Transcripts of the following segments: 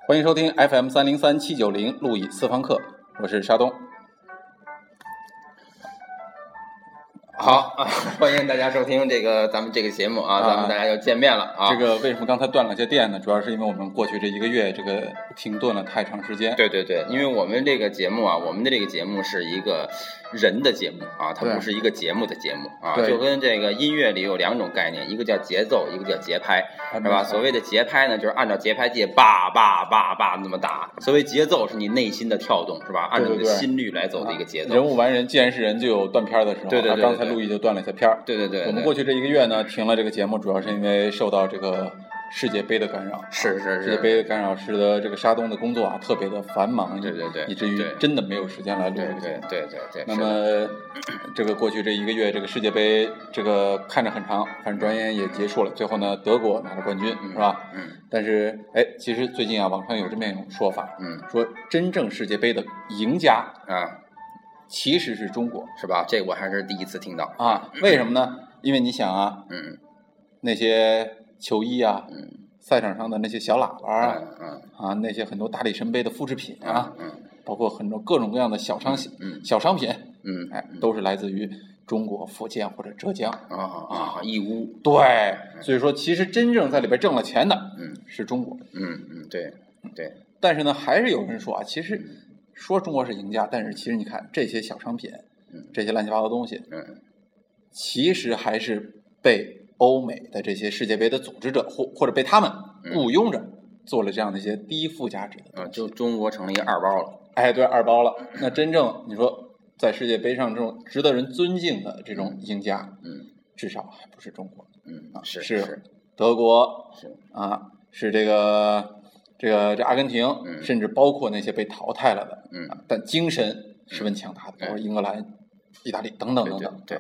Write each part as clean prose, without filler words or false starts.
欢迎收听 FM303790路易私房课，我是沙东。 好啊，欢迎大家收听咱们这个节目啊，咱们大家又见面了啊。 这个为什么刚才断了些电呢？主要是因为我们过去这一个月停顿了太长时间。 对，因为我们这个节目啊，我们的这个节目是一个人的节目啊，它不是一个节目的节目啊，就跟这个音乐里有两种概念，一个叫节奏，一个叫节拍，是吧？所谓的节拍呢，就是按照节拍器叭叭叭叭那么打；所谓节奏是你内心的跳动，是吧？按照你的心率来走的一个节奏。 人无完人，既然是人，就有断片的时候。 对， 刚才路易就断了一些片儿。 对。 我们过去这一个月呢，停了这个节目，主要是因为受到这个世界杯的干扰。 是。 世界杯的干扰使得这个沙东的工作啊特别的繁忙。 对， 以至于真的没有时间来录。 对。 那么这个过去这一个月，这个世界杯这个看着很长，反正转眼也结束了。最后呢，德国拿了冠军，是吧？但是其实最近啊，网上有这么一种说法，说真正世界杯的赢家啊， 其实是中国， 是吧？这我还是第一次听到啊。为什么呢？因为你想啊，那些球衣啊，赛场上的那些小喇叭啊，那些很多大力神杯的复制品啊，包括很多各种各样的小商品，都是来自于中国、福建或者浙江义乌。 对，所以说其实真正在里边挣了钱的，是中国。 对。 但是呢，还是有人说啊，其实说中国是赢家，但是其实你看这些小商品，这些乱七八糟的东西，其实还是被欧美的这些世界杯的组织者或者被他们雇佣着做了这样的一些低附加值的就中国成了一个二包了。 对，二包了。那真正你说在世界杯上这种值得人尊敬的这种赢家，至少还不是中国， 是德国， 是这阿根廷，甚至包括那些被淘汰了的，但精神十分强大的，包括英格兰、意大利等等。 对。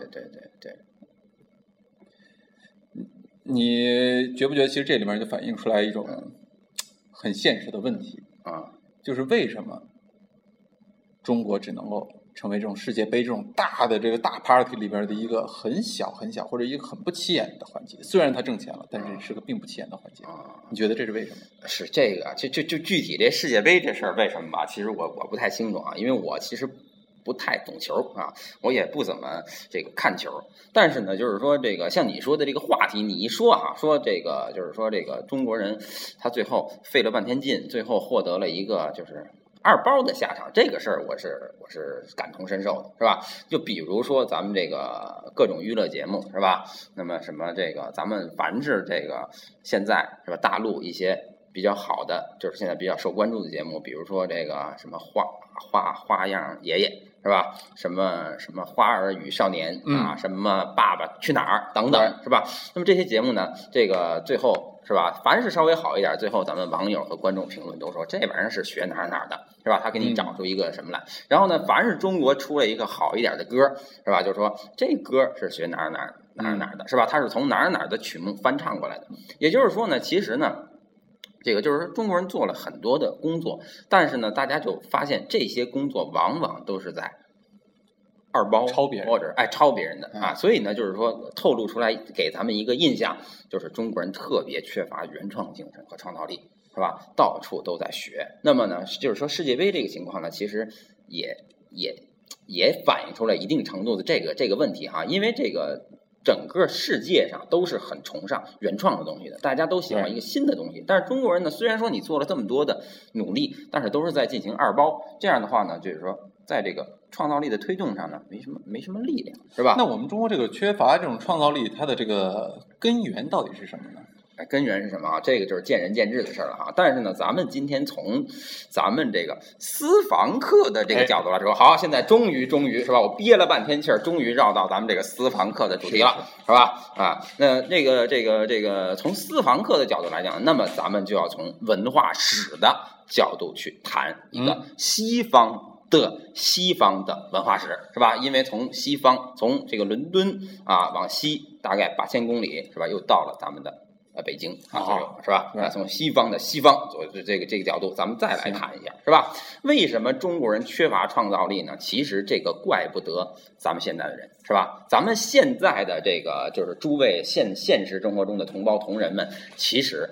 你觉不觉得其实这里面就反映出来一种很现实的问题啊， 就是为什么中国只能够成为这种世界杯这种大的这个大 party 里边的一个很小或者一个很不起眼的环节？虽然它挣钱了，但是是个并不起眼的环节。你觉得这是为什么？ 是这个，就具体这世界杯这事儿为什么吧？其实我不太清楚啊，因为我其实不太懂球啊，我也不怎么看球。但是呢，就是说像你说的这个话题，你一说啊，说就是说中国人他最后费了半天劲，最后获得了一个就是二包的下场，这个事儿我是感同身受的，是吧？就比如说咱们各种娱乐节目，是吧？那么什么咱们凡是现在是吧，大陆一些比较好的，就是现在比较受关注的节目，比如说什么花样爷爷，是吧？什么花儿与少年啊，什么爸爸去哪儿等等，是吧？那么这些节目呢，最后是吧？凡是稍微好一点，最后咱们网友和观众评论都说这玩意儿是学哪儿的，是吧？他给你找出一个什么来。然后呢，凡是中国出了一个好一点的歌，是吧？就是说这歌是学哪儿的，是吧？他是从哪儿的曲目翻唱过来的。也就是说呢，其实呢，就是说中国人做了很多的工作，但是呢，大家就发现这些工作往往都是在二包抄别人或者抄别人的啊，所以呢，就是说透露出来给咱们一个印象，就是中国人特别缺乏原创精神和创造力，是吧？到处都在学。那么呢，就是说世界杯这个情况呢，其实也反映出来一定程度的这个问题哈，因为整个世界上都是很崇尚原创的东西的，大家都喜欢一个新的东西。但是中国人呢，虽然说你做了这么多的努力，但是都是在进行二包。这样的话呢，就是说在创造力的推动上呢，没什么力量，是吧？ 那我们中国缺乏这种创造力，它的根源到底是什么呢？ 根源是什么啊？这个就是见仁见智的事了哈。但是呢，咱们今天从咱们私房课的角度来说，好，现在终于是吧？我憋了半天气儿，终于绕到咱们私房课的主题了，是吧？那从私房课的角度来讲，那么咱们就要从文化史的角度去谈一个西方的文化史，是吧？因为从西方，从伦敦啊往西大概8000公里，是吧？又到了咱们的北京啊，是吧？从西方的西方，这个角度，咱们再来看一下，是吧？为什么中国人缺乏创造力呢？其实怪不得咱们现在的人，是吧？咱们现在的就是诸位现实生活中的同胞同仁们，其实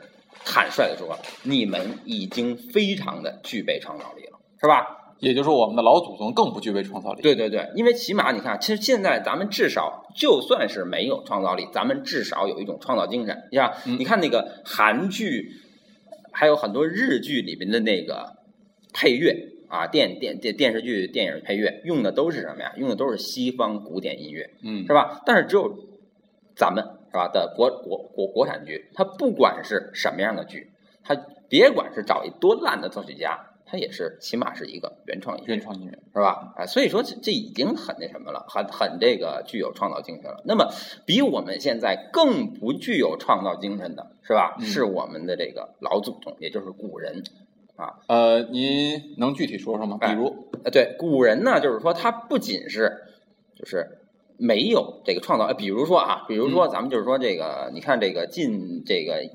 坦率的说，你们已经非常的具备创造力了，是吧？ 也就是说，我们的老祖宗更不具备创造力。 对对对，因为起码你看，其实现在咱们至少就算是没有创造力，咱们至少有一种创造精神。你看那个韩剧，还有很多日剧里面的那个配乐啊，电视剧、电影配乐用的都是什么呀？用的都是西方古典音乐，是吧？但是只有咱们是吧的国产剧，它不管是什么样的剧，它别管是找一多烂的作曲家。它也是起码是一个原创音乐，是吧？所以说这已经很那什么了，很这个具有创造精神了。那么比我们现在更不具有创造精神的是吧？是我们的这个老祖宗，也就是古人啊。 您能具体说说吗？比如， 对古人呢，就是说他不仅是就是没有这个创造，比如说咱们就是说这个，你看这个近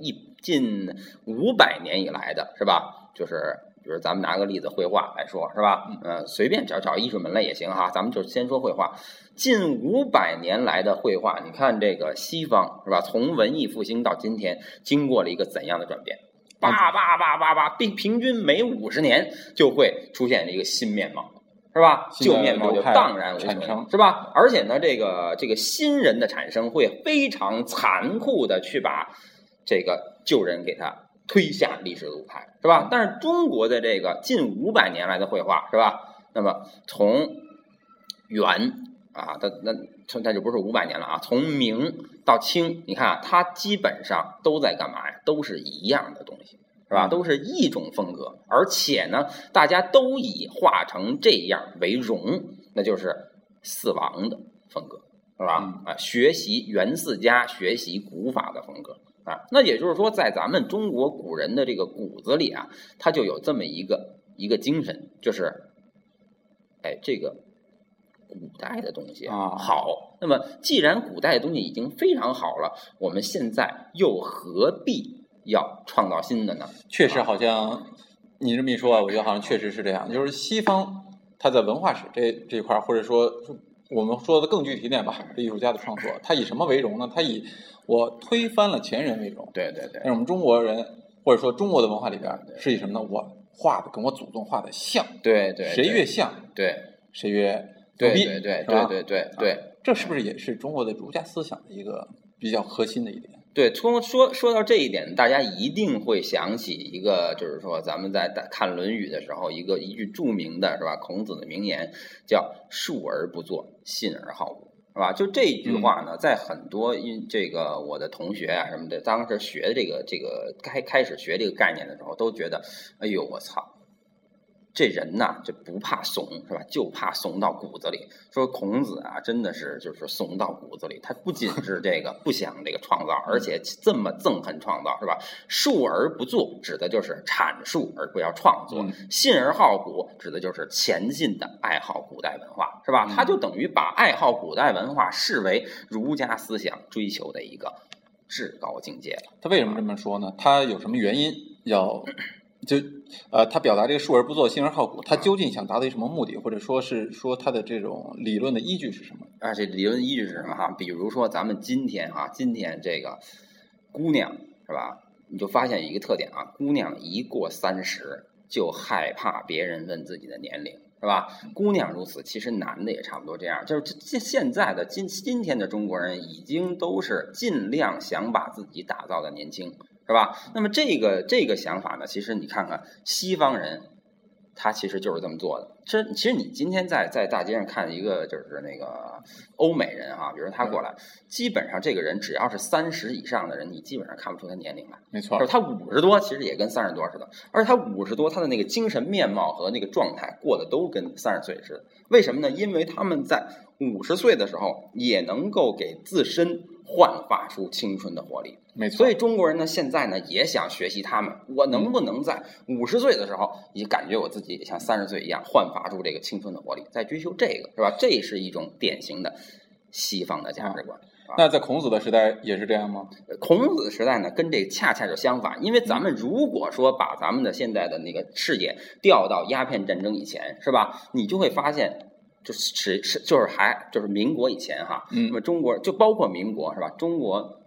500年以来的是吧？就是。比如咱们拿个例子，绘画来说，是吧？随便找艺术门类也行哈。咱们就先说绘画。近500年来的绘画，你看这个西方是吧？从文艺复兴到今天，经过了一个怎样的转变？平均每50年就会出现一个新面貌，是吧？旧面貌就荡然无存，是吧？而且呢，这个新人的产生会非常残酷的去把这个旧人给他推下历史的舞台，是吧？但是中国的这个近500年来的绘画，是吧？那么从元啊，那就不是500年了啊，从明到清，你看它基本上都在干嘛呀？都是一样的东西，是吧？都是一种风格，而且呢，大家都以画成这样为荣，那就是四王的风格，是吧？学习元四家，学习古法的风格。那也就是说，在咱们中国古人的这个骨子里啊，他就有这么一个精神，就是，这个古代的东西好。那么，既然古代的东西已经非常好了，我们现在又何必要创造新的呢？ 确实，好像你这么一说啊，我觉得好像确实是这样。就是西方它在文化史这一块，或者说我们说的更具体一点吧，艺术家的创作，他以什么为荣呢？他以我推翻了前人为荣。 对对对。 但是我们中国人或者说中国的文化里边是以什么呢？我画的跟我祖宗画的像。 对对。 谁越像， 对， 谁越对逼， 对对对对对。 这是不是也是中国的儒家思想的一个比较核心的一点？ 对，说到这一点，大家一定会想起一个，就是说咱们在看《论语》的时候，一句著名的是吧？孔子的名言叫“述而不作，信而好古”，是吧？就这句话呢，在很多这个我的同学啊什么的，当时学这个开始学这个概念的时候，都觉得，哎呦我操！这人呐，就不怕怂，是吧？就怕怂到骨子里。说孔子啊，真的是就是怂到骨子里。他不仅是这个不想这个创造，而且这么憎恨创造，是吧？述而不作，指的就是阐述而不要创作；信而好古，指的就是虔信的爱好古代文化，是吧？他就等于把爱好古代文化视为儒家思想追求的一个至高境界了。 他为什么这么说呢？他有什么原因要？他表达这个述而不作，信而好古，他究竟想达到一什么目的，或者说是说他的这种理论的依据是什么？ 这理论依据是什么哈？比如说咱们今天这个姑娘是吧？你就发现一个特点啊，姑娘一过30就害怕别人问自己的年龄，是吧？姑娘如此，其实男的也差不多这样。就是现在的今天的中国人已经都是尽量想把自己打造的年轻。是吧？那么这个想法呢，其实你看看西方人，他其实就是这么做的。其实你今天在大街上看一个就是那个欧美人啊，比如说他过来，基本上这个人只要是30以上的人，你基本上看不出他年龄来。 没错， 他50多其实也跟30多似的，而他50多他的那个精神面貌和那个状态过得都跟30岁似的。为什么呢？因为他们在50岁的时候也能够给自身焕发出青春的活力。 没错， 所以中国人呢，现在呢也想学习他们，我能不能在50岁的时候，也感觉我自己也像30岁一样，焕发出这个青春的活力，在追求这个，是吧？这是一种典型的西方的价值观。 那在孔子的时代也是这样吗？ 孔子的时代呢，跟这恰恰就相反。因为咱们如果说把咱们的现在的那个视野调到鸦片战争以前，是吧？你就会发现。就是民国以前哈，那么中国就包括民国是吧？中国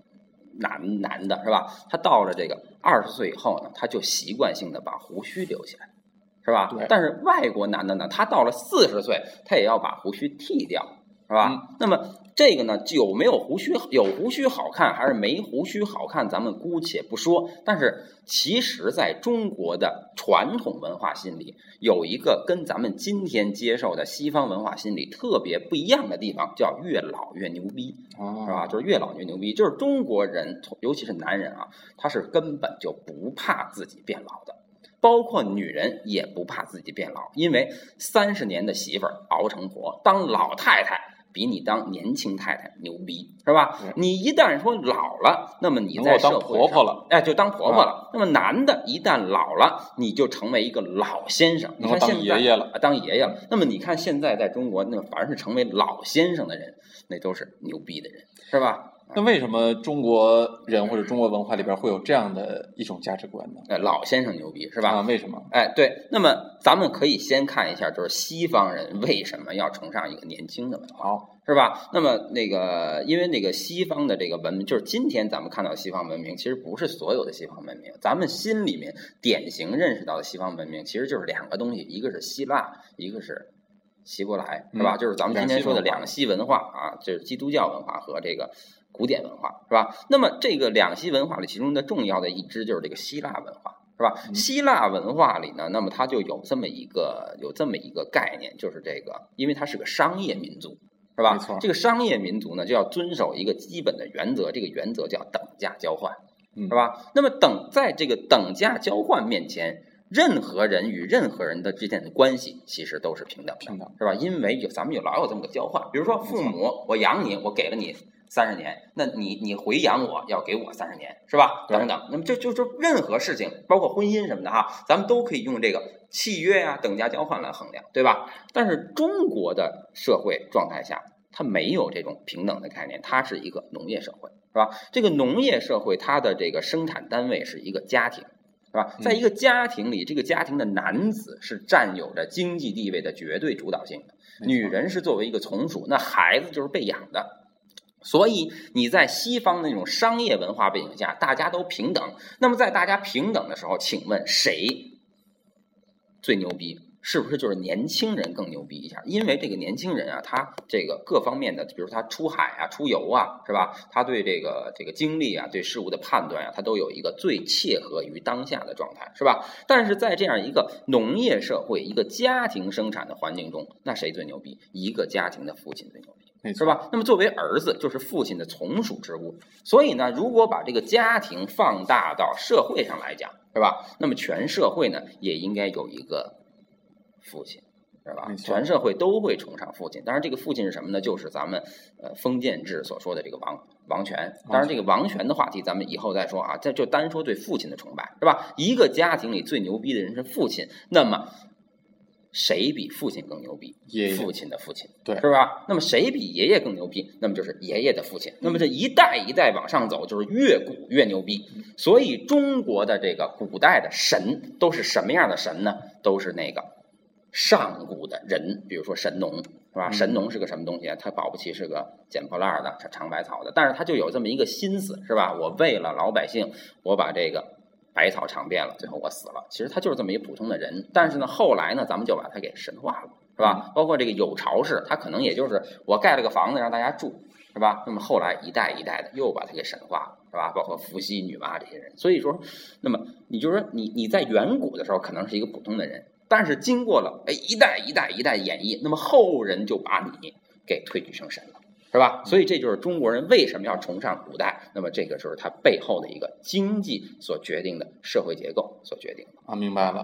男的是吧？他到了这个20岁以后呢，他就习惯性的把胡须留起来，是吧？但是外国男的呢，他到了40岁，他也要把胡须剃掉，是吧？那么这个呢，有没有胡须，有胡须好看还是没胡须好看，咱们姑且不说。但是其实在中国的传统文化心理，有一个跟咱们今天接受的西方文化心理特别不一样的地方，叫越老越牛逼，是吧？就是越老越牛逼，就是中国人，尤其是男人啊，他是根本就不怕自己变老的。包括女人也不怕自己变老，因为30年的媳妇儿熬成婆，当老太太比你当年轻太太牛逼，是吧？你一旦说老了，那么你在社会上当婆婆了， 就当婆婆了。那么男的一旦老了，你就成为一个老先生。你看现在当爷爷了， 当爷爷了。那么你看现在在中国，那反而是成为老先生的人，那都是牛逼的人，是吧？ 那为什么中国人或者中国文化里边会有这样的一种价值观呢？ 老先生牛逼是吧？ 为什么？ 对。那么咱们可以先看一下，就是西方人为什么要崇尚一个年轻的文化，是吧？那么因为那个西方的这个文明，就是今天咱们看到的西方文明，其实不是所有的西方文明。咱们心里面典型认识到的西方文明，其实就是2个东西，一个是希腊，一个是希伯来，是吧？就是咱们今天说的两栖文化啊，就是基督教文化和这个古典文化，是吧？那么这个两栖文化里，其中的重要的一支就是这个希腊文化，是吧？希腊文化里呢，那么它就有这么一个概念，就是这个，因为它是个商业民族，是吧？这个商业民族呢，就要遵守一个基本的原则，这个原则叫等价交换，是吧？那么在这个等价交换面前，任何人与任何人的之间的关系其实都是平等，是吧？因为咱们老有这么个交换，比如说父母，我养你，我给了你30年，那你回养我要给我30年，是吧？等等。那么就是任何事情，包括婚姻什么的哈，咱们都可以用这个契约啊、等价交换来衡量，对吧？但是中国的社会状态下，它没有这种平等的概念，它是一个农业社会，是吧？这个农业社会它的这个生产单位是一个家庭，是吧？在一个家庭里，这个家庭的男子是占有着经济地位的绝对主导性的，女人是作为一个从属，那孩子就是被养的。所以你在西方那种商业文化背景下，大家都平等。那么在大家平等的时候，请问谁最牛逼？是不是就是年轻人更牛逼一下？因为这个年轻人啊，他这个各方面的，比如他出海啊、出游啊，是吧？他对这个经历啊、对事物的判断啊，他都有一个最切合于当下的状态，是吧？但是在这样一个农业社会、一个家庭生产的环境中，那谁最牛逼？一个家庭的父亲最牛逼，是吧？那么作为儿子，就是父亲的从属之物。所以呢，如果把这个家庭放大到社会上来讲，是吧？那么全社会呢，也应该有一个父亲，是吧？全社会都会崇尚父亲。当然，这个父亲是什么呢？就是咱们封建制所说的这个王权。当然，这个王权的话题咱们以后再说啊。这就单说对父亲的崇拜，是吧？一个家庭里最牛逼的人是父亲，那么谁比父亲更牛逼？父亲的父亲， 对， 是吧？那么谁比爷爷更牛逼？那么就是爷爷的父亲。那么这一代一代往上走，就是越古越牛逼。所以中国的这个古代的神都是什么样的神呢？都是那个上古的人，比如说神农，是吧？神农是个什么东西啊？他保不齐是个捡破烂的、尝百草的，但是他就有这么一个心思，是吧？我为了老百姓，我把这个百草尝遍了，最后我死了。其实他就是这么一个普通的人，但是呢，后来呢，咱们就把他给神化了，是吧？包括这个有巢氏，他可能也就是我盖了个房子让大家住，是吧？那么后来一代一代的又把他给神化了，是吧？包括伏羲、女娲这些人。所以说，那么你就说你在远古的时候可能是一个普通的人，但是经过了一代一代一代演绎，那么后人就把你给推举成神了，是吧？所以这就是中国人为什么要崇尚古代，那么这个就是它背后的一个经济所决定的社会结构所决定的啊，明白了。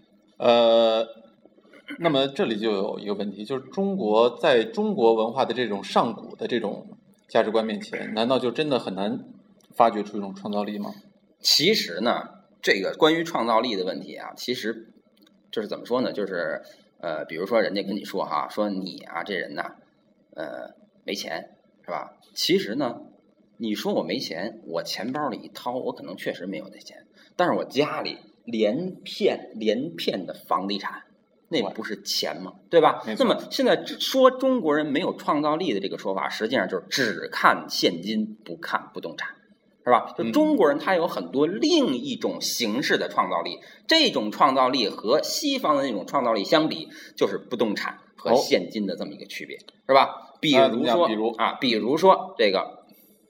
那么这里就有一个问题，就是在中国文化的这种上古的这种价值观面前，难道就真的很难发掘出一种创造力吗？ 其实呢，这个关于创造力的问题啊，其实就是怎么说呢？就是比如说人家跟你说哈，说你啊这人呐，没钱，是吧？其实呢，你说我没钱，我钱包里一掏，我可能确实没有那钱，但是我家里连片的房地产，那不是钱吗？对吧？那么现在说中国人没有创造力的这个说法，实际上就是只看现金不看不动产，是是吧？就中国人他有很多另一种形式的创造力，这种创造力和西方的那种创造力相比，就是不动产和现金的这么一个区别，是吧？比如说这个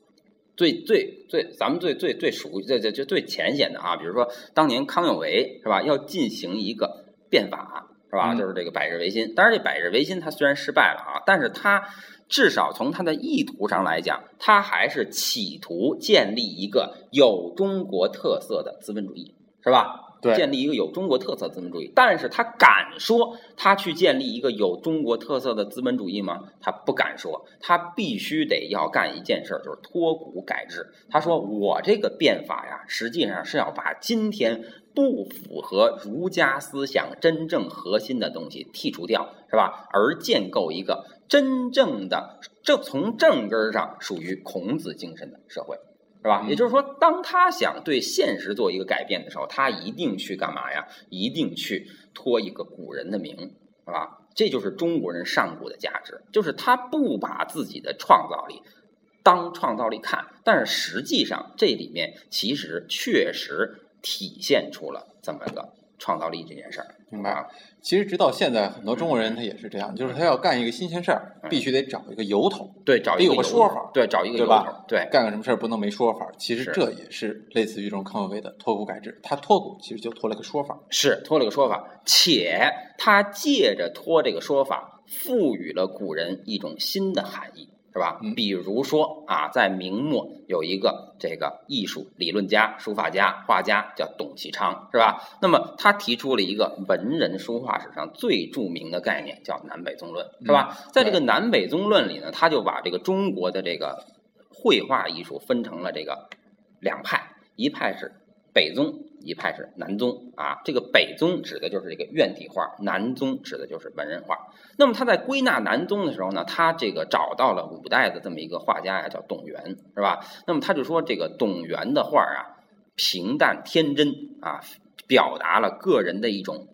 咱们最熟就最浅显的啊，比如说当年康有为是吧，要进行一个变法是吧，就是这个百日维新。当然这百日维新它虽然失败了啊，但是它至少从它的意图上来讲，它还是企图建立一个有中国特色的资本主义，是吧？ 对， 建立一个有中国特色的资本主义。但是他敢说他去建立一个有中国特色的资本主义吗？他不敢说，他必须得要干一件事，就是脱骨改制。他说我这个变法呀，实际上是要把今天不符合儒家思想真正核心的东西剔除掉，是吧？而建构一个真正的从正根上属于孔子精神的社会，是吧？也就是说，当他想对现实做一个改变的时候，他一定去干嘛呀？一定去托一个古人的名，是吧？这就是中国人上古的价值，就是他不把自己的创造力当创造力看，但是实际上这里面其实确实体现出了这么个创造力这件事儿。 明白啊？其实直到现在，很多中国人他也是这样，就是他要干一个新鲜事儿，必须得找一个由头， 对，找一个说法， 对，找一个由头，对， 干个什么事儿不能没说法。其实这也是类似于这种康有为的脱骨改制，他脱骨其实就脱了个说法， 是脱了个说法，且他借着脱这个说法，赋予了古人一种新的含义。是吧？比如说啊，在明末有一个这个艺术理论家、书法家、画家叫董其昌，是吧？那么他提出了一个文人书画史上最著名的概念，叫南北宗论，是吧？在这个南北宗论里呢，他就把这个中国的这个绘画艺术分成了这个两派，一派是北宗，一派是南宗啊。这个北宗指的就是这个院体画，南宗指的就是文人画。那么他在归纳南宗的时候呢，他这个找到了五代的这么一个画家呀，叫董源，是吧？那么他就说这个董源的画啊，平淡天真啊，表达了个人的一种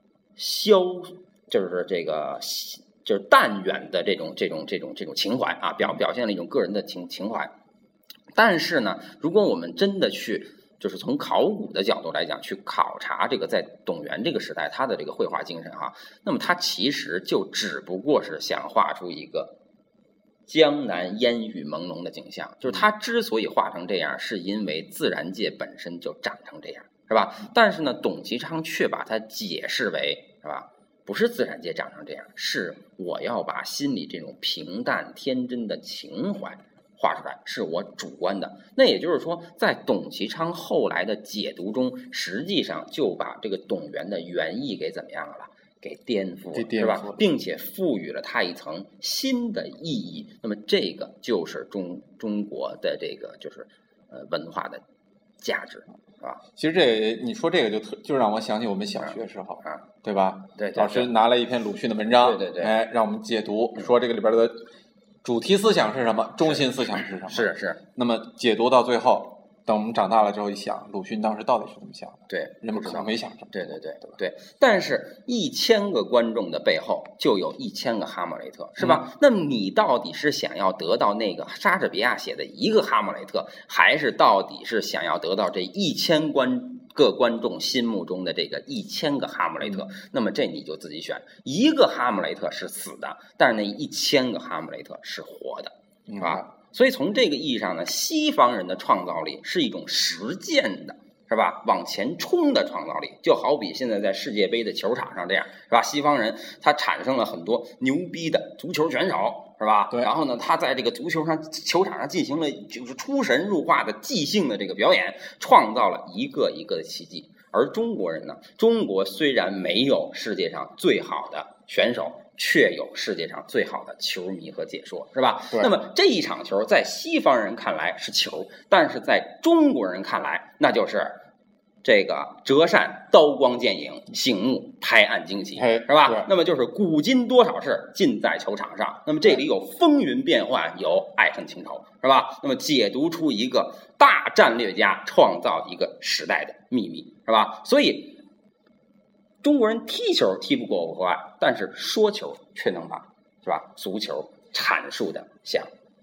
就是这个就是淡远的这种情怀啊，表现了一种个人的情怀。但是呢，如果我们真的去就是从考古的角度来讲，去考察这个在董源这个时代他的这个绘画精神哈，那么他其实就只不过是想画出一个江南烟雨朦胧的景象，就是他之所以画成这样，是因为自然界本身就长成这样，是吧？但是呢，董其昌却把它解释为，是吧？不是自然界长成这样，是我要把心里这种平淡天真的情怀画出来，是我主观的。那也就是说，在董其昌后来的解读中，实际上就把这个董源的原意给怎么样了？给颠覆了，是吧？并且赋予了它一层新的意义。那么这个就是中国的这个就是文化的价值，是吧？ 其实你说这个就让我想起我们小学时候，对吧？ 对， 老师拿了一篇鲁迅的文章， 对， 哎，让我们解读，说这个里边的主题思想是什么，中心思想是什么？ 是。 那么解读到最后，等我们长大了之后一想，鲁迅当时到底是怎么想的？ 对， 人们可能没想着。 对。但是1000个观众的背后就有1000个哈姆雷特，是吧？那么你到底是想要得到那个莎士比亚写的一个哈姆雷特，还是到底是想要得到这1000个观众心目中的这个1000个哈姆雷特？那么这你就自己选，一个哈姆雷特是死的，但是那1000个哈姆雷特是活的，是吧？所以从这个意义上呢，西方人的创造力是一种实践的，是吧？往前冲的创造力，就好比现在在世界杯的球场上这样，是吧？西方人他产生了很多牛逼的足球选手，是吧？ 对。 然后呢，他在这个球场上进行了就是出神入化的即兴的这个表演，创造了一个一个的奇迹。而中国人呢，中国虽然没有世界上最好的选手，却有世界上最好的球迷和解说，是吧？那么这一场球在西方人看来是球，但是在中国人看来，那就是这个折扇刀光剑影，醒目拍案惊奇，是吧？那么就是古今多少事尽在球场上。那么这里有风云变幻，有爱恨情仇，是吧？那么解读出一个大战略家创造一个时代的秘密，是吧？所以中国人踢球踢不过国外，但是说球却能把，是吧？足球阐述的像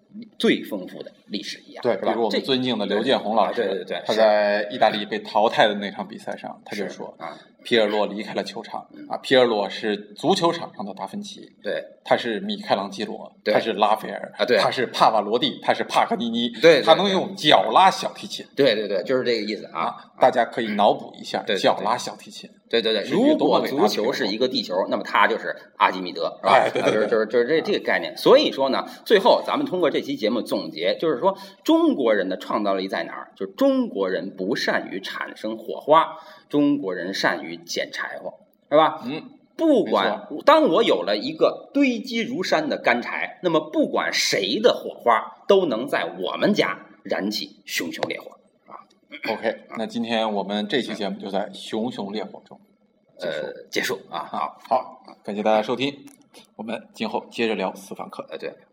最丰富的历史一样。 对，比如我们尊敬的刘建宏老师， 对， 他在意大利被淘汰的那场比赛上，他就说皮尔洛离开了球场皮尔洛是足球场上的达芬奇， 对， 他是米开朗基罗，他是拉斐尔对， 他是帕瓦罗蒂，他是帕格尼尼， 对， 他能用脚拉小提琴， 对，就是这个意思大家可以脑补一下，脚拉小提琴， 对，如果足球是一个地球，那么他就是阿基米德，是吧？就是这个概念。所以说呢，最后咱们通过这期节目总结，就是说中国人的创造力在哪儿？就是中国人不善于产生火花，中国人善于捡柴火，是吧？不管当我有了一个堆积如山的干柴，那么不管谁的火花都能在我们家燃起熊熊烈火 OK， 那今天我们这期节目就在熊熊烈火中结束好，感谢大家收听，我们今后接着聊私房课。 对。